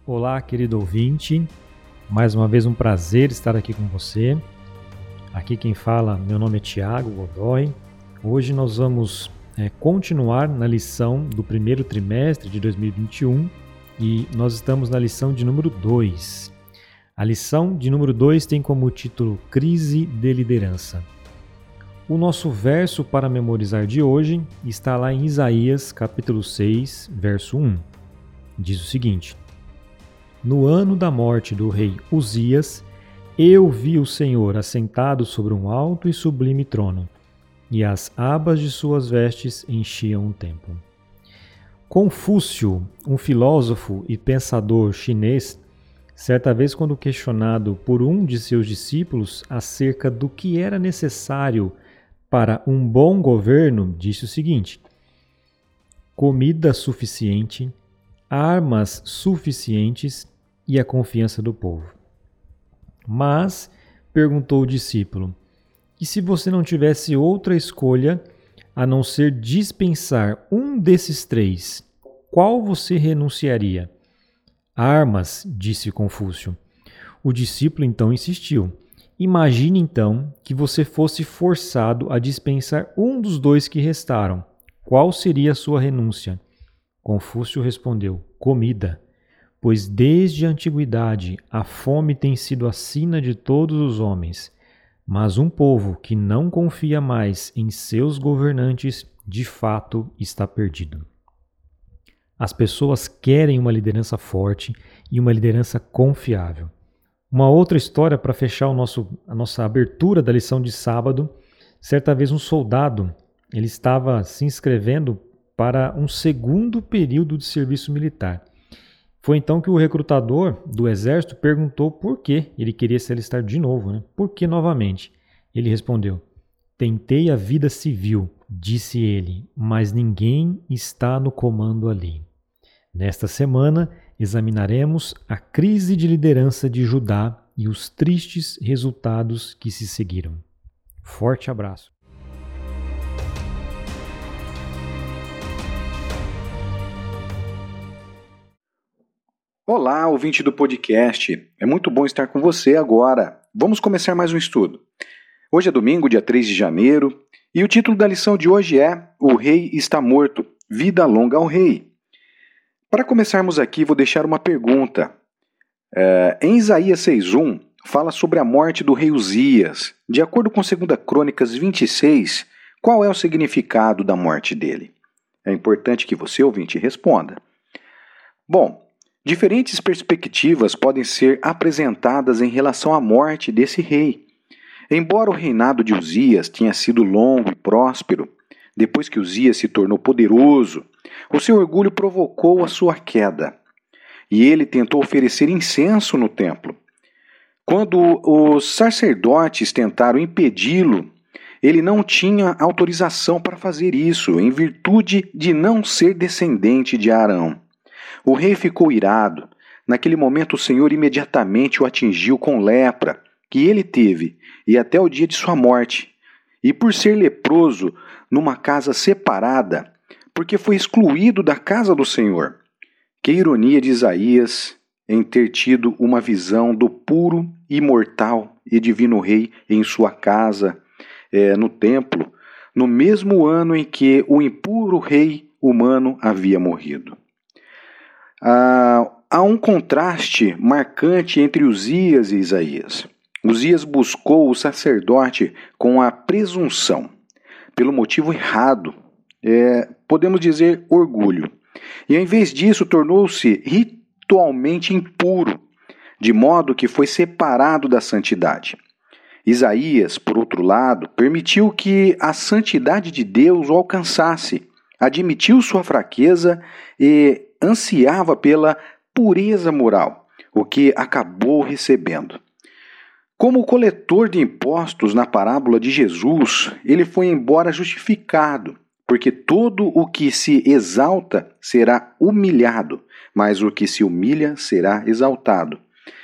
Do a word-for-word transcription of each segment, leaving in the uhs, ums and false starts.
Olá, querido ouvinte, mais uma vez um prazer estar aqui com você. Aqui quem fala, meu nome é Tiago Godoy. Hoje nós vamos é, continuar na lição do primeiro trimestre de dois mil e vinte e um e nós estamos na lição de número dois. A lição de número dois tem como título Crise de Liderança. O nosso verso para memorizar de hoje está lá em Isaías, capítulo seis, verso um. Diz o seguinte: No ano da morte do rei Uzias, eu vi o Senhor assentado sobre um alto e sublime trono, e as abas de suas vestes enchiam o templo. Confúcio, um filósofo e pensador chinês, certa vez quando questionado por um de seus discípulos acerca do que era necessário para um bom governo, disse o seguinte: comida suficiente, armas suficientes e a confiança do povo. Mas, perguntou o discípulo, e se você não tivesse outra escolha a não ser dispensar um desses três, qual você renunciaria? Armas, disse Confúcio. O discípulo então insistiu. Imagine então que você fosse forçado a dispensar um dos dois que restaram. Qual seria a sua renúncia? Confúcio respondeu: comida, pois desde a antiguidade a fome tem sido a sina de todos os homens. Mas um povo que não confia mais em seus governantes, de fato está perdido. As pessoas querem uma liderança forte e uma liderança confiável. Uma outra história para fechar o nosso, a nossa abertura da lição de sábado. Certa vez um soldado ele estava se inscrevendo para um segundo período de serviço militar. Foi então que o recrutador do exército perguntou por que ele queria se alistar de novo, né? Por que novamente? Ele respondeu: tentei a vida civil, disse ele, mas ninguém está no comando ali. Nesta semana, examinaremos a crise de liderança de Judá e os tristes resultados que se seguiram. Forte abraço. Olá, ouvinte do podcast. É muito bom estar com você agora. Vamos começar mais um estudo. Hoje é domingo, dia três de janeiro, e o título da lição de hoje é O Rei está morto, vida longa ao rei. Para começarmos aqui, vou deixar uma pergunta. É, em Isaías seis um, fala sobre a morte do rei Uzias. De acordo com segunda Crônicas vinte e seis, qual é o significado da morte dele? É importante que você, ouvinte, responda. Bom, diferentes perspectivas podem ser apresentadas em relação à morte desse rei. Embora o reinado de Uzias tenha sido longo e próspero, depois que Uzias se tornou poderoso, o seu orgulho provocou a sua queda. E ele tentou oferecer incenso no templo. Quando os sacerdotes tentaram impedi-lo, ele não tinha autorização para fazer isso, em virtude de não ser descendente de Arão. O rei ficou irado. Naquele momento o Senhor imediatamente o atingiu com lepra, que ele teve, e até o dia de sua morte. E por ser leproso numa casa separada, porque foi excluído da casa do Senhor. Que ironia de Isaías em ter tido uma visão do puro, imortal e divino rei em sua casa, é, no templo, no mesmo ano em que o impuro rei humano havia morrido. Ah, há um contraste marcante entre Uzias e Isaías. Uzias buscou o sacerdote com a presunção, pelo motivo errado, é, podemos dizer orgulho. E ao invés disso tornou-se ritualmente impuro, de modo que foi separado da santidade. Isaías, por outro lado, permitiu que a santidade de Deus o alcançasse, admitiu sua fraqueza e ansiava pela pureza moral, o que acabou recebendo. Como coletor de impostos na parábola de Jesus, ele foi embora justificado, porque todo o que se exalta será humilhado, mas o que se humilha será exaltado.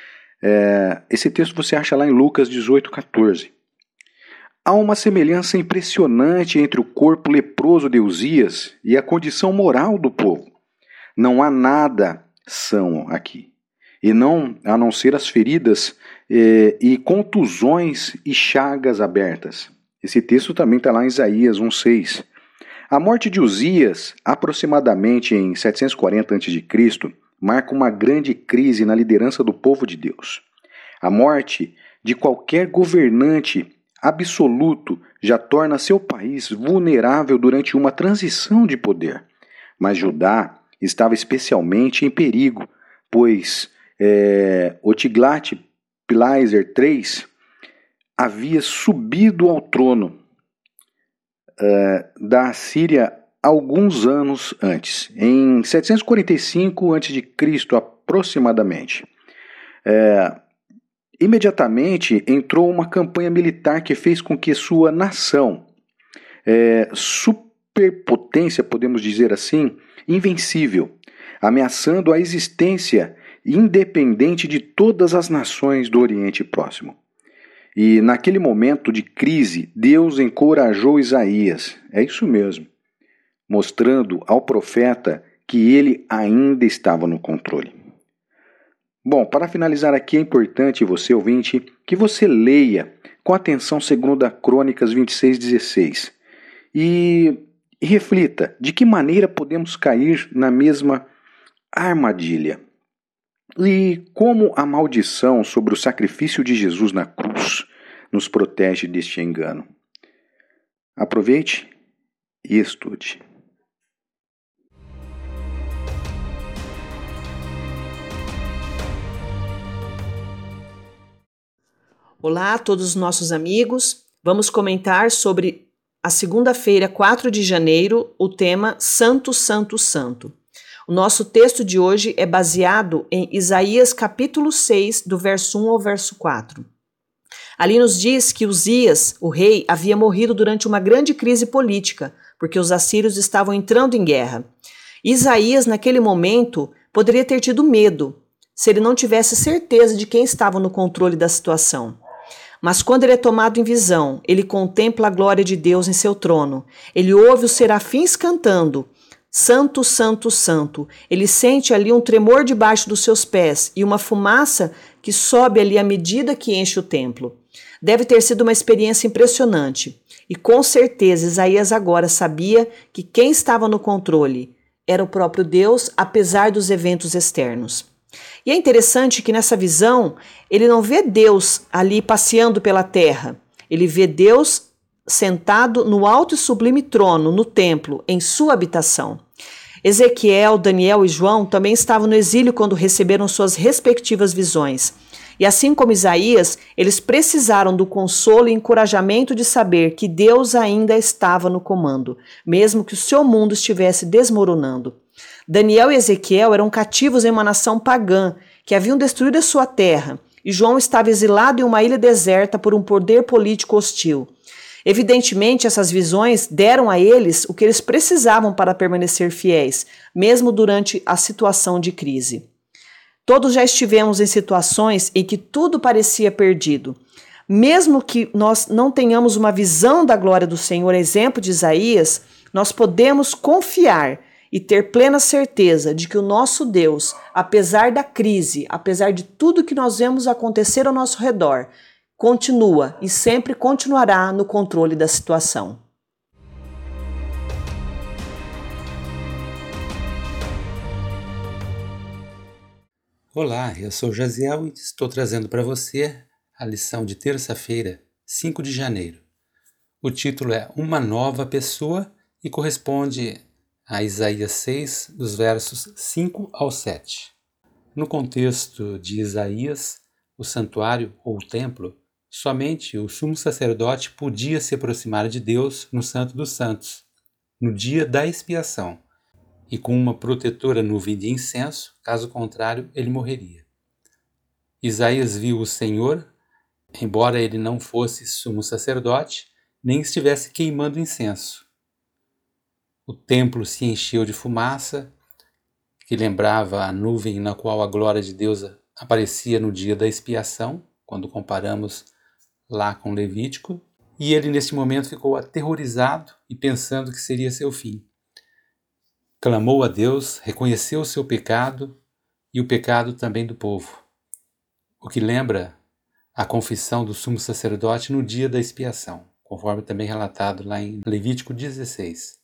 É, esse texto você acha lá em Lucas dezoito, catorze. Há uma semelhança impressionante entre o corpo leproso de Uzias e a condição moral do povo. Não há nada são aqui. e não a não ser as feridas eh, e contusões e chagas abertas. Esse texto também está lá em Isaías um seis. A morte de Uzias, aproximadamente em setecentos e quarenta antes de Cristo, marca uma grande crise na liderança do povo de Deus. A morte de qualquer governante absoluto já torna seu país vulnerável durante uma transição de poder. Mas Judá estava especialmente em perigo, pois é, o Tiglat-Pileser terceiro havia subido ao trono é, da Assíria alguns anos antes, em setecentos e quarenta e cinco antes de Cristo aproximadamente. É, imediatamente entrou uma campanha militar que fez com que sua nação, é, superpotência, podemos dizer assim, invencível, ameaçando a existência independente de todas as nações do Oriente Próximo. E naquele momento de crise, Deus encorajou Isaías, é isso mesmo, mostrando ao profeta que ele ainda estava no controle. Bom, para finalizar aqui é importante, você ouvinte, que você leia com atenção segunda Crônicas vinte e seis, dezesseis e, e reflita de que maneira podemos cair na mesma armadilha e como a maldição sobre o sacrifício de Jesus na cruz nos protege deste engano. Aproveite e estude. Olá a todos os nossos amigos, vamos comentar sobre a segunda-feira, quatro de janeiro, o tema Santo, Santo, Santo. O nosso texto de hoje é baseado em Isaías capítulo seis, do verso um ao verso quatro. Ali nos diz que Uzias, o rei, havia morrido durante uma grande crise política, porque os assírios estavam entrando em guerra. Isaías, naquele momento, poderia ter tido medo, se ele não tivesse certeza de quem estava no controle da situação. Mas quando ele é tomado em visão, ele contempla a glória de Deus em seu trono. Ele ouve os serafins cantando, Santo, Santo, Santo. Ele sente ali um tremor debaixo dos seus pés e uma fumaça que sobe ali à medida que enche o templo. Deve ter sido uma experiência impressionante. E com certeza Isaías agora sabia que quem estava no controle era o próprio Deus, apesar dos eventos externos. E é interessante que nessa visão, ele não vê Deus ali passeando pela terra. Ele vê Deus sentado no alto e sublime trono, no templo, em sua habitação. Ezequiel, Daniel e João também estavam no exílio quando receberam suas respectivas visões. E assim como Isaías, eles precisaram do consolo e encorajamento de saber que Deus ainda estava no comando, mesmo que o seu mundo estivesse desmoronando. Daniel e Ezequiel eram cativos em uma nação pagã, que haviam destruído a sua terra, e João estava exilado em uma ilha deserta por um poder político hostil. Evidentemente, essas visões deram a eles o que eles precisavam para permanecer fiéis, mesmo durante a situação de crise. Todos já estivemos em situações em que tudo parecia perdido. Mesmo que nós não tenhamos uma visão da glória do Senhor, exemplo de Isaías, nós podemos confiar e ter plena certeza de que o nosso Deus, apesar da crise, apesar de tudo que nós vemos acontecer ao nosso redor, continua e sempre continuará no controle da situação. Olá, eu sou Jaziel e estou trazendo para você a lição de terça-feira, cinco de janeiro. O título é Uma Nova Pessoa e corresponde a Isaías seis, dos versos cinco ao sete. No contexto de Isaías, o santuário ou o templo, somente o sumo sacerdote podia se aproximar de Deus no Santo dos Santos, no dia da expiação, e com uma protetora nuvem de incenso, caso contrário, ele morreria. Isaías viu o Senhor, embora ele não fosse sumo sacerdote, nem estivesse queimando incenso. O templo se encheu de fumaça, que lembrava a nuvem na qual a glória de Deus aparecia no dia da expiação, quando comparamos lá com Levítico, e ele nesse momento ficou aterrorizado e pensando que seria seu fim. Clamou a Deus, reconheceu o seu pecado, e o pecado também do povo, o que lembra a confissão do sumo sacerdote no dia da expiação, conforme também relatado lá em Levítico dezesseis.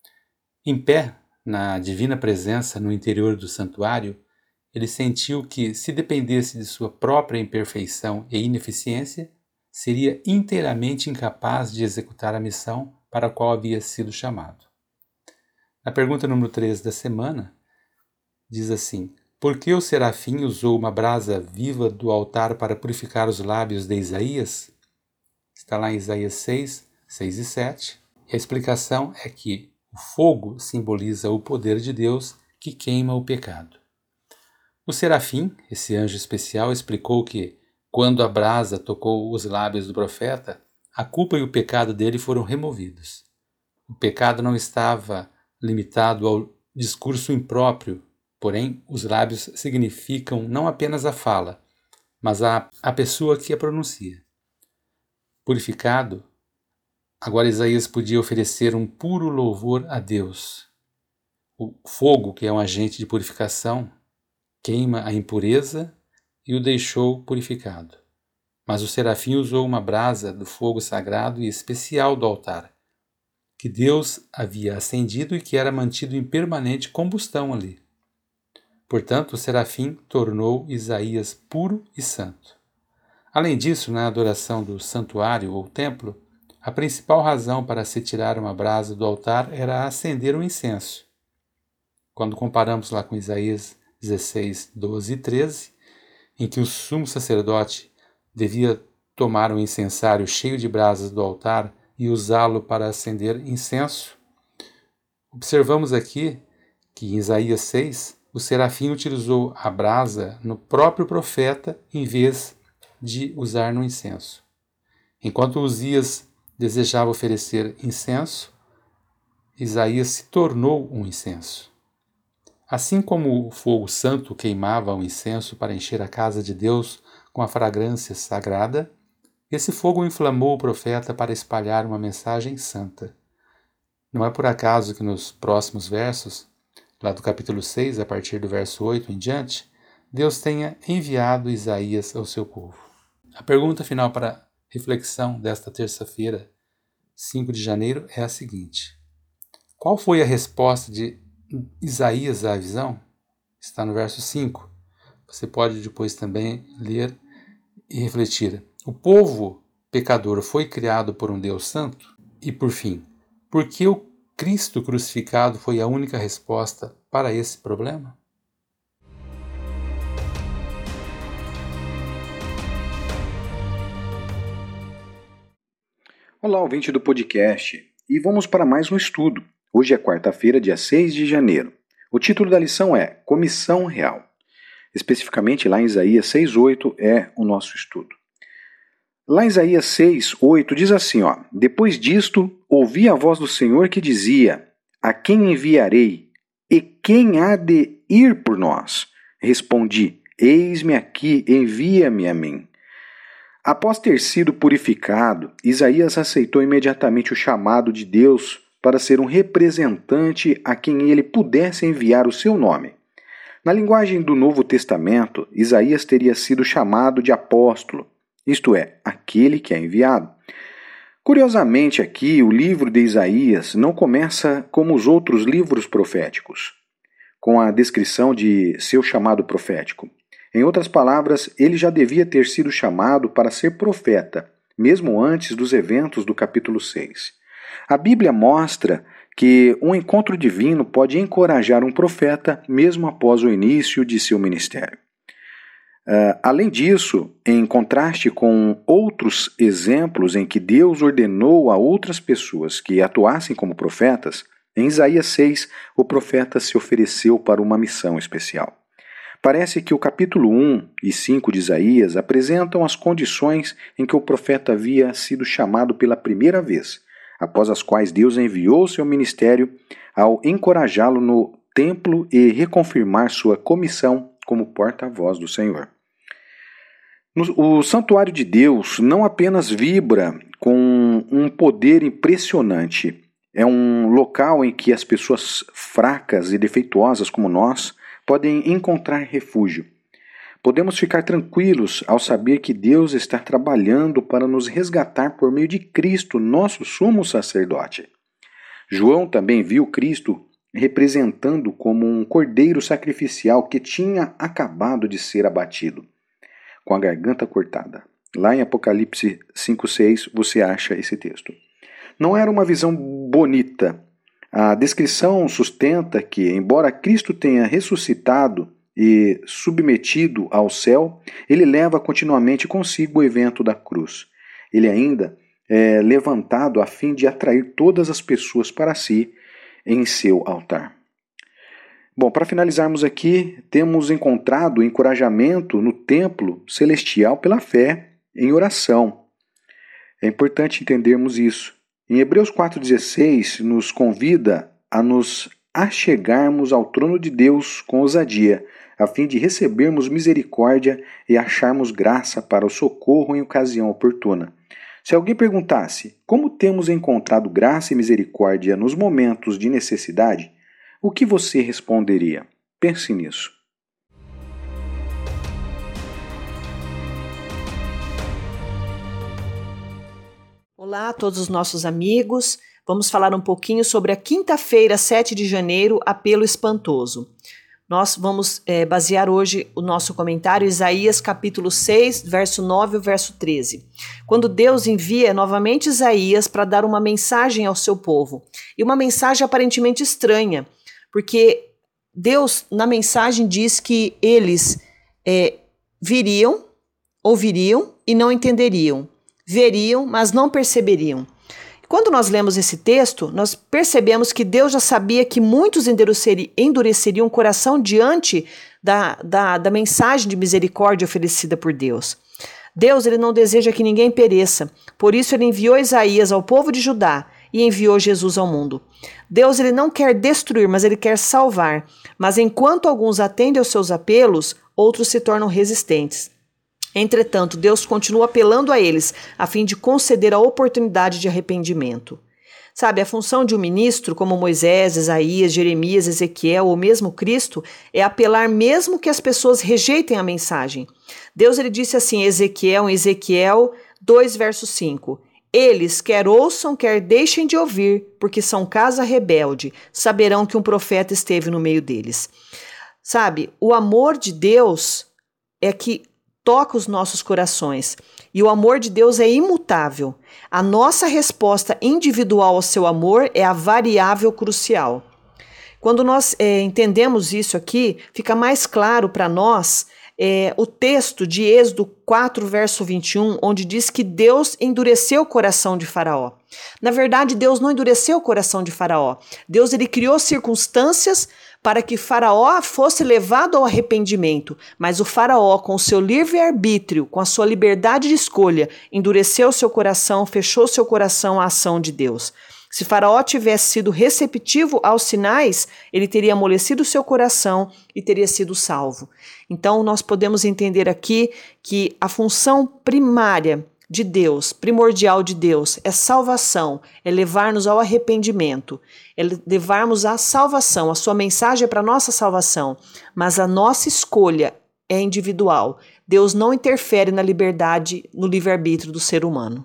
Em pé, na divina presença no interior do santuário, ele sentiu que, se dependesse de sua própria imperfeição e ineficiência, seria inteiramente incapaz de executar a missão para a qual havia sido chamado. Na pergunta número três da semana, diz assim: por que o serafim usou uma brasa viva do altar para purificar os lábios de Isaías? Está lá em Isaías seis, seis e sete. E a explicação é que o fogo simboliza o poder de Deus que queima o pecado. O serafim, esse anjo especial, explicou que, quando a brasa tocou os lábios do profeta, a culpa e o pecado dele foram removidos. O pecado não estava limitado ao discurso impróprio, porém, os lábios significam não apenas a fala, mas a, a pessoa que a pronuncia. Purificado, agora Isaías podia oferecer um puro louvor a Deus. O fogo, que é um agente de purificação, queima a impureza e o deixou purificado. Mas o serafim usou uma brasa do fogo sagrado e especial do altar, que Deus havia acendido e que era mantido em permanente combustão ali. Portanto, o serafim tornou Isaías puro e santo. Além disso, na adoração do santuário ou templo, a principal razão para se tirar uma brasa do altar era acender um incenso. Quando comparamos lá com Isaías dezesseis, doze e treze, em que o sumo sacerdote devia tomar um incensário cheio de brasas do altar e usá-lo para acender incenso, observamos aqui que em Isaías seis, o serafim utilizou a brasa no próprio profeta em vez de usar no incenso. Enquanto Uzias desejava oferecer incenso, Isaías se tornou um incenso. Assim como o fogo santo queimava o incenso para encher a casa de Deus com a fragrância sagrada, esse fogo inflamou o profeta para espalhar uma mensagem santa. Não é por acaso que nos próximos versos, lá do capítulo seis, a partir do verso oito em diante, Deus tenha enviado Isaías ao seu povo. A pergunta final para reflexão desta terça-feira, cinco de janeiro, é a seguinte: qual foi a resposta de Isaías à visão? Está no verso cinco. Você pode depois também ler e refletir. O povo pecador foi criado por um Deus santo? E por fim, por que o Cristo crucificado foi a única resposta para esse problema? Olá, ouvinte do podcast, e vamos para mais um estudo. Hoje é quarta-feira, dia seis de janeiro. O título da lição é Comissão Real. Especificamente lá em Isaías seis, oito é o nosso estudo. Lá em Isaías seis, oito diz assim, ó: depois disto, ouvi a voz do Senhor que dizia: a quem enviarei? E quem há de ir por nós? Respondi: eis-me aqui, envia-me a mim. Após ter sido purificado, Isaías aceitou imediatamente o chamado de Deus para ser um representante a quem ele pudesse enviar o seu nome. Na linguagem do Novo Testamento, Isaías teria sido chamado de apóstolo, isto é, aquele que é enviado. Curiosamente aqui, o livro de Isaías não começa como os outros livros proféticos, com a descrição de seu chamado profético. Em outras palavras, ele já devia ter sido chamado para ser profeta, mesmo antes dos eventos do capítulo seis. A Bíblia mostra que um encontro divino pode encorajar um profeta mesmo após o início de seu ministério. Uh, além disso, em contraste com outros exemplos em que Deus ordenou a outras pessoas que atuassem como profetas, em Isaías seis, o profeta se ofereceu para uma missão especial. Parece que o capítulo um e cinco de Isaías apresentam as condições em que o profeta havia sido chamado pela primeira vez, após as quais Deus enviou seu ministério ao encorajá-lo no templo e reconfirmar sua comissão como porta-voz do Senhor. O santuário de Deus não apenas vibra com um poder impressionante, é um local em que as pessoas fracas e defeituosas como nós podem encontrar refúgio. Podemos ficar tranquilos ao saber que Deus está trabalhando para nos resgatar por meio de Cristo, nosso sumo sacerdote. João também viu Cristo representando como um cordeiro sacrificial que tinha acabado de ser abatido, com a garganta cortada. Lá em Apocalipse cinco, seis você acha esse texto. Não era uma visão bonita. A descrição sustenta que, embora Cristo tenha ressuscitado e submetido ao céu, ele leva continuamente consigo o evento da cruz. Ele ainda é levantado a fim de atrair todas as pessoas para si em seu altar. Bom, para finalizarmos aqui, temos encontrado encorajamento no templo celestial pela fé em oração. É importante entendermos isso. Em Hebreus quatro, dezesseis, nos convida a nos achegarmos ao trono de Deus com ousadia, a fim de recebermos misericórdia e acharmos graça para o socorro em ocasião oportuna. Se alguém perguntasse como temos encontrado graça e misericórdia nos momentos de necessidade, o que você responderia? Pense nisso. Olá a todos os nossos amigos. Vamos falar um pouquinho sobre a quinta-feira, sete de janeiro, apelo espantoso. Nós vamos é, basear hoje o nosso comentário em Isaías capítulo seis, verso nove e verso treze. Quando Deus envia novamente Isaías para dar uma mensagem ao seu povo. E uma mensagem aparentemente estranha, porque Deus na mensagem diz que eles é, viriam, ouviriam e não entenderiam. Veriam, mas não perceberiam. Quando nós lemos esse texto, nós percebemos que Deus já sabia que muitos endureceriam o coração diante da, da, da mensagem de misericórdia oferecida por Deus. Deus ele não deseja que ninguém pereça, por isso ele enviou Isaías ao povo de Judá e enviou Jesus ao mundo. Deus ele não quer destruir, mas ele quer salvar. Mas enquanto alguns atendem aos seus apelos, outros se tornam resistentes. Entretanto, Deus continua apelando a eles, a fim de conceder a oportunidade de arrependimento. Sabe, a função de um ministro, como Moisés, Isaías, Jeremias, Ezequiel ou mesmo Cristo, é apelar mesmo que as pessoas rejeitem a mensagem. Deus ele disse assim em Ezequiel, em Ezequiel dois, verso cinco, eles, quer ouçam, quer deixem de ouvir, porque são casa rebelde, saberão que um profeta esteve no meio deles. Sabe, o amor de Deus é que toca os nossos corações. E o amor de Deus é imutável. A nossa resposta individual ao seu amor é a variável crucial. Quando nós é, entendemos isso aqui, fica mais claro para nós é, o texto de Êxodo quatro, verso vinte e um, onde diz que Deus endureceu o coração de Faraó. Na verdade, Deus não endureceu o coração de Faraó. Deus ele criou circunstâncias para que Faraó fosse levado ao arrependimento, mas o Faraó, com o seu livre-arbítrio, com a sua liberdade de escolha, endureceu seu coração, fechou seu coração à ação de Deus. Se Faraó tivesse sido receptivo aos sinais, ele teria amolecido seu coração e teria sido salvo. Então, nós podemos entender aqui que a função primária de Deus, primordial de Deus, é salvação, é levar-nos ao arrependimento, é levarmos à salvação, a sua mensagem é para a nossa salvação, mas a nossa escolha é individual. Deus não interfere na liberdade, no livre-arbítrio do ser humano.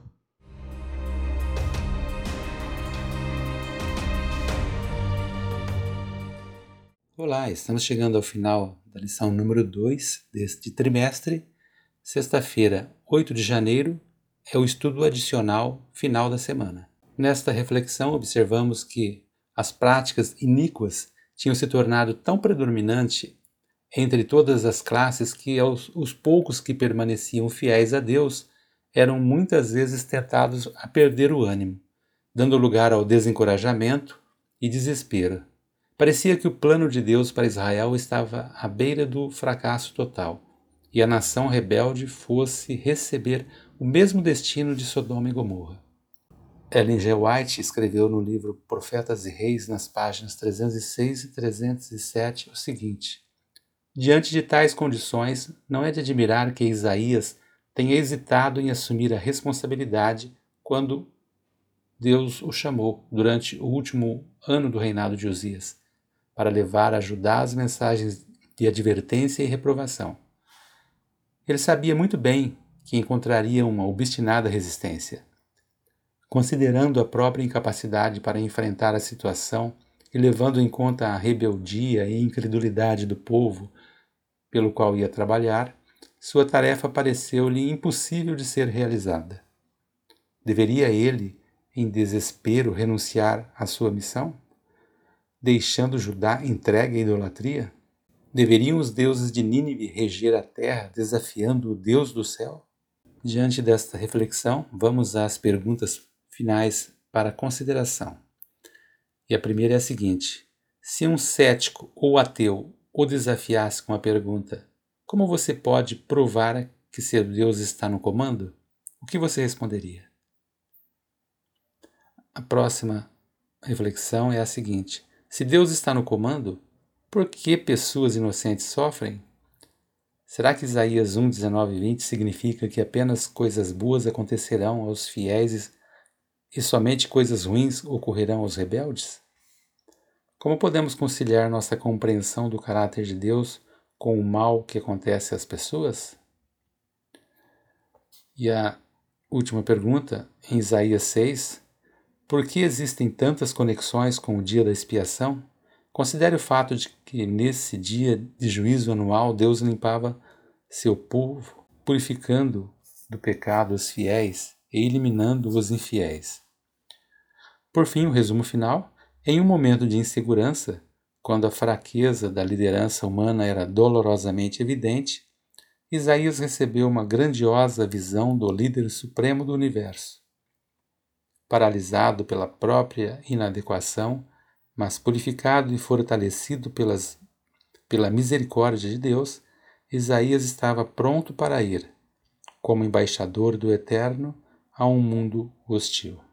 Olá, estamos chegando ao final da lição número dois deste trimestre. Sexta-feira, oito de janeiro, é o estudo adicional final da semana. Nesta reflexão, observamos que as práticas iníquas tinham se tornado tão predominantes entre todas as classes que os, os poucos que permaneciam fiéis a Deus eram muitas vezes tentados a perder o ânimo, dando lugar ao desencorajamento e desespero. Parecia que o plano de Deus para Israel estava à beira do fracasso total, e a nação rebelde fosse receber o mesmo destino de Sodoma e Gomorra. Ellen G. White escreveu no livro Profetas e Reis, nas páginas trezentos e seis e trezentos e sete, o seguinte: diante de tais condições, não é de admirar que Isaías tenha hesitado em assumir a responsabilidade quando Deus o chamou, durante o último ano do reinado de Uzias, para levar a Judá as mensagens de advertência e reprovação. Ele sabia muito bem que encontraria uma obstinada resistência. Considerando a própria incapacidade para enfrentar a situação e levando em conta a rebeldia e incredulidade do povo pelo qual ia trabalhar, sua tarefa pareceu-lhe impossível de ser realizada. Deveria ele, em desespero, renunciar à sua missão, deixando Judá entregue à idolatria? Deveriam os deuses de Nínive reger a terra, desafiando o Deus do céu? Diante desta reflexão, vamos às perguntas finais para consideração. E a primeira é a seguinte: se um cético ou ateu o desafiasse com a pergunta: como você pode provar que seu Deus está no comando? O que você responderia? A próxima reflexão é a seguinte: se Deus está no comando, por que pessoas inocentes sofrem? Será que Isaías um, dezenove e vinte significa que apenas coisas boas acontecerão aos fiéis e somente coisas ruins ocorrerão aos rebeldes? Como podemos conciliar nossa compreensão do caráter de Deus com o mal que acontece às pessoas? E a última pergunta, em Isaías seis, por que existem tantas conexões com o dia da expiação? Considere o fato de que nesse dia de juízo anual Deus limpava seu povo, purificando do pecado os fiéis e eliminando os infiéis. Por fim, o resumo final: em um momento de insegurança, quando a fraqueza da liderança humana era dolorosamente evidente, Isaías recebeu uma grandiosa visão do líder supremo do universo. Paralisado pela própria inadequação, mas purificado e fortalecido pelas, pela misericórdia de Deus, Isaías estava pronto para ir, como embaixador do Eterno, a um mundo hostil.